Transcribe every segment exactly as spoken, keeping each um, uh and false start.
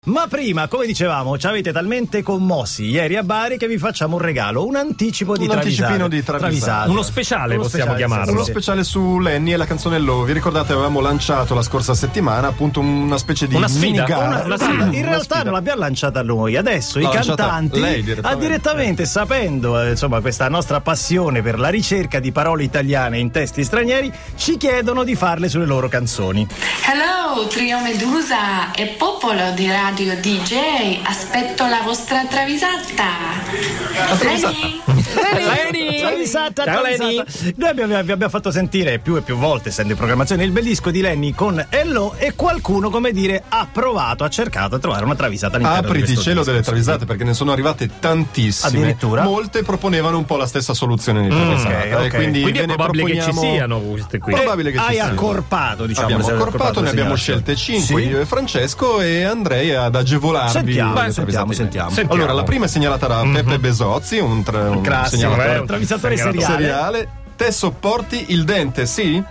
Ma prima, come dicevamo, ci avete talmente commossi ieri a Bari che vi facciamo un regalo, un anticipo di un anticipino di travisate. Uno speciale, Uno possiamo speciale, chiamarlo. Uno speciale su Lenny e la canzone Low. Vi ricordate, avevamo lanciato la scorsa settimana appunto una specie di Una sfida, mini gara. una- una sfida. In Una realtà sfida. non l'abbiamo lanciata noi, adesso L'ha i lanciata cantanti lei direttamente. ah, direttamente sapendo eh, insomma questa nostra passione per la ricerca di parole italiane in testi stranieri, ci chiedono di farle sulle loro canzoni. Hello, Trio Medusa e popolo di Radio D J, aspetto la vostra travisata. Lenny. Lenny! Travisata, Ciao, travisata. Lenny. Noi abbiamo, vi abbiamo fatto sentire più e più volte, essendo in programmazione, il bel disco di Lenny con Hello e qualcuno, come dire, ha provato, ha cercato di trovare una travisata all'interno Apriti di questo cielo disco. delle travisate, perché ne sono arrivate tantissime. Addirittura? Molte proponevano un po' la stessa soluzione di travisata. ok, ok. E quindi Quindi è ve ne probabile che ci proponiamo- siano queste qui. Probabile che ci Hai siano. accorpato, diciamo. Abbiamo se hai accorpato, ne abbiamo segnalazioni. scelte cinque, Sì? io e Francesco, e andrei ad agevolarvi. Sentiamo, le beh, sentiamo, travisate. sentiamo. Sentiamo. Allora, la prima è segnalata da Peppe Besozzi, un, tra- un Classico, segnalatore eh, un travisatore Segnalato. seriale. seriale. Te sopporti il dente, sì?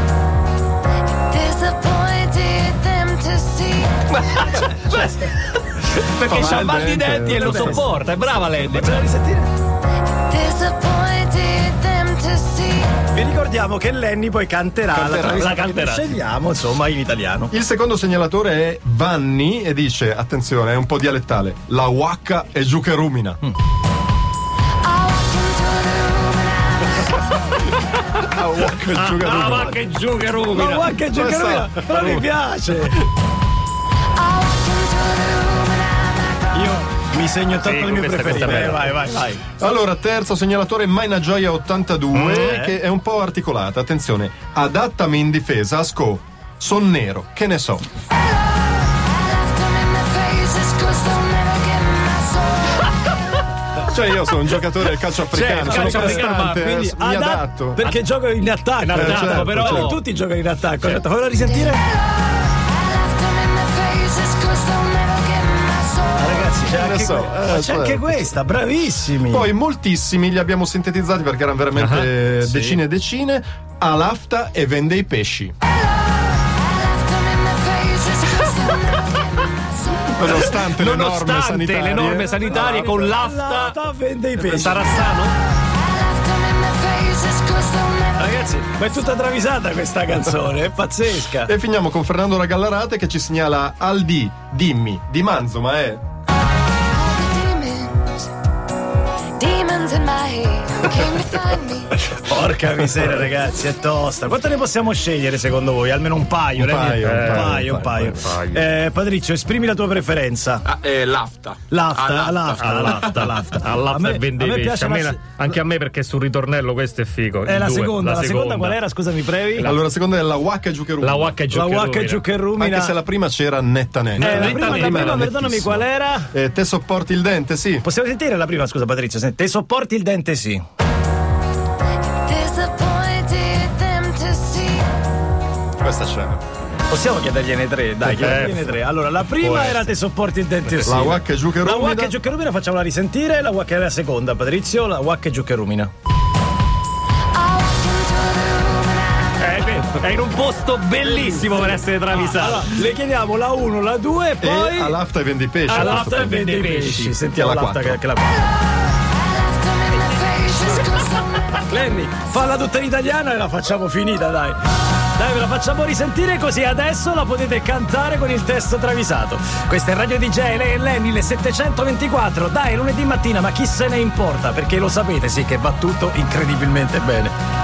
Disappointed them to see. Perché Fa c'ha male mal di il dente, denti e lo vabbè. sopporta, è brava Lenny. Facciamo risentire? Disappointed them to see. Vi ricordiamo che Lenny poi canterà, Canterà, la travisata la che canterà. scegliamo, insomma, in italiano. Il secondo segnalatore è Vanni e dice, attenzione, è un po' dialettale, la wacca è giù che rumina. I walk into the room and La wacca è giù che Ah, rumina. ma che giù che Ma rumina. guarda che Questa- giocherina, però mi piace. I walk into the room and I'm Io mi segno tanto Sì, le mie questa- preferite. questa è Vai, bella. vai, vai. Allora, terzo segnalatore, Maina Gioia ottantadue, Mm. che è un po' articolata. Attenzione, adattami in difesa, asco, son nero, che ne so. I laughed them in the faces 'cause they'll never get my soul. Cioè, io sono un giocatore del calcio africano, il sono calcio africano, ma prestante, Quindi eh, mi adat- adatto. perché gioco in attacco. In attacco, Eh, certo, però- certo. Tutti giocano in attacco. Certo. Fallo risentire. I laughed them in the faces 'cause they'll never get my soul. Ragazzi, c'è, Che ne anche, so, que- eh, c'è certo. anche questa, bravissimi. Poi moltissimi li abbiamo sintetizzati perché erano veramente Ah, sì. decine e decine. A Lafta e vende i pesci. I laughed them in the faces 'cause they'll never get my soul. Nonostante, le norme Nonostante sanitarie. le norme sanitarie con l'afta L'afta vende i pesci. sarà sano? I laughed them in the faces 'cause they'll never Ragazzi, ma è tutta travisata questa canzone, è pazzesca. E finiamo con Fernando Ragallarate che ci segnala Aldi, dimmi, di Manzo, ma è... demons, demons in my head came to find me. Porca miseria, ragazzi, è tosta. Quanto ne possiamo scegliere secondo voi? Almeno un paio, Un Lenny? paio, un un paio, paio, un paio. un paio. Eh, Patrizio, esprimi la tua preferenza. Ah, eh, l'afta. L'afta, Ah, l'afta, l'afta, l'afta. All'afta A e vende a i me pesci. piace A me- la- anche a me perché sul ritornello questo è figo. È il la due, seconda, la seconda qual era? Scusami, brevi? Allora, la seconda è la Wacca giù che rumina. La Wacca giù La che Wacca rumina. giù che rumina. Anche se la prima c'era netta netta. Eh, la Netta prima, la netta, prima, era perdonami, nettissima. qual era? Eh, te sopporti il dente, sì. Possiamo sentire la prima, scusa Patrizio, se te sopporti il dente sì. Disappointed them to see. Questa c'è. Possiamo chiedergliene tre, dai, chiedergliene tre. Allora, la prima era te sopporti il dente sì. La Wacca giù che La rumina. Wacca giù che rumina, facciamola risentire. La Wacca è la seconda, Patrizio. La Wacca giù che rumina. I walked into the room and I Eh, È in un posto bellissimo per essere travisato. Allora, le chiediamo la uno, la due e poi E all'afta e vendi i pesci. all'afta e vende i vende i pesci. pesci. Sentiamo La l'afta quattro. che, che la laughed them in the faces 'cause they'll never Lenny, falla tutta in italiano e la facciamo finita, dai. Dai, ve la facciamo risentire così adesso la potete cantare con il testo travisato. Questa è Radio D J, lei e Lenny, le settecentoventiquattro. Dai, è lunedì mattina, ma chi se ne importa? Perché lo sapete, sì, che va tutto incredibilmente bene.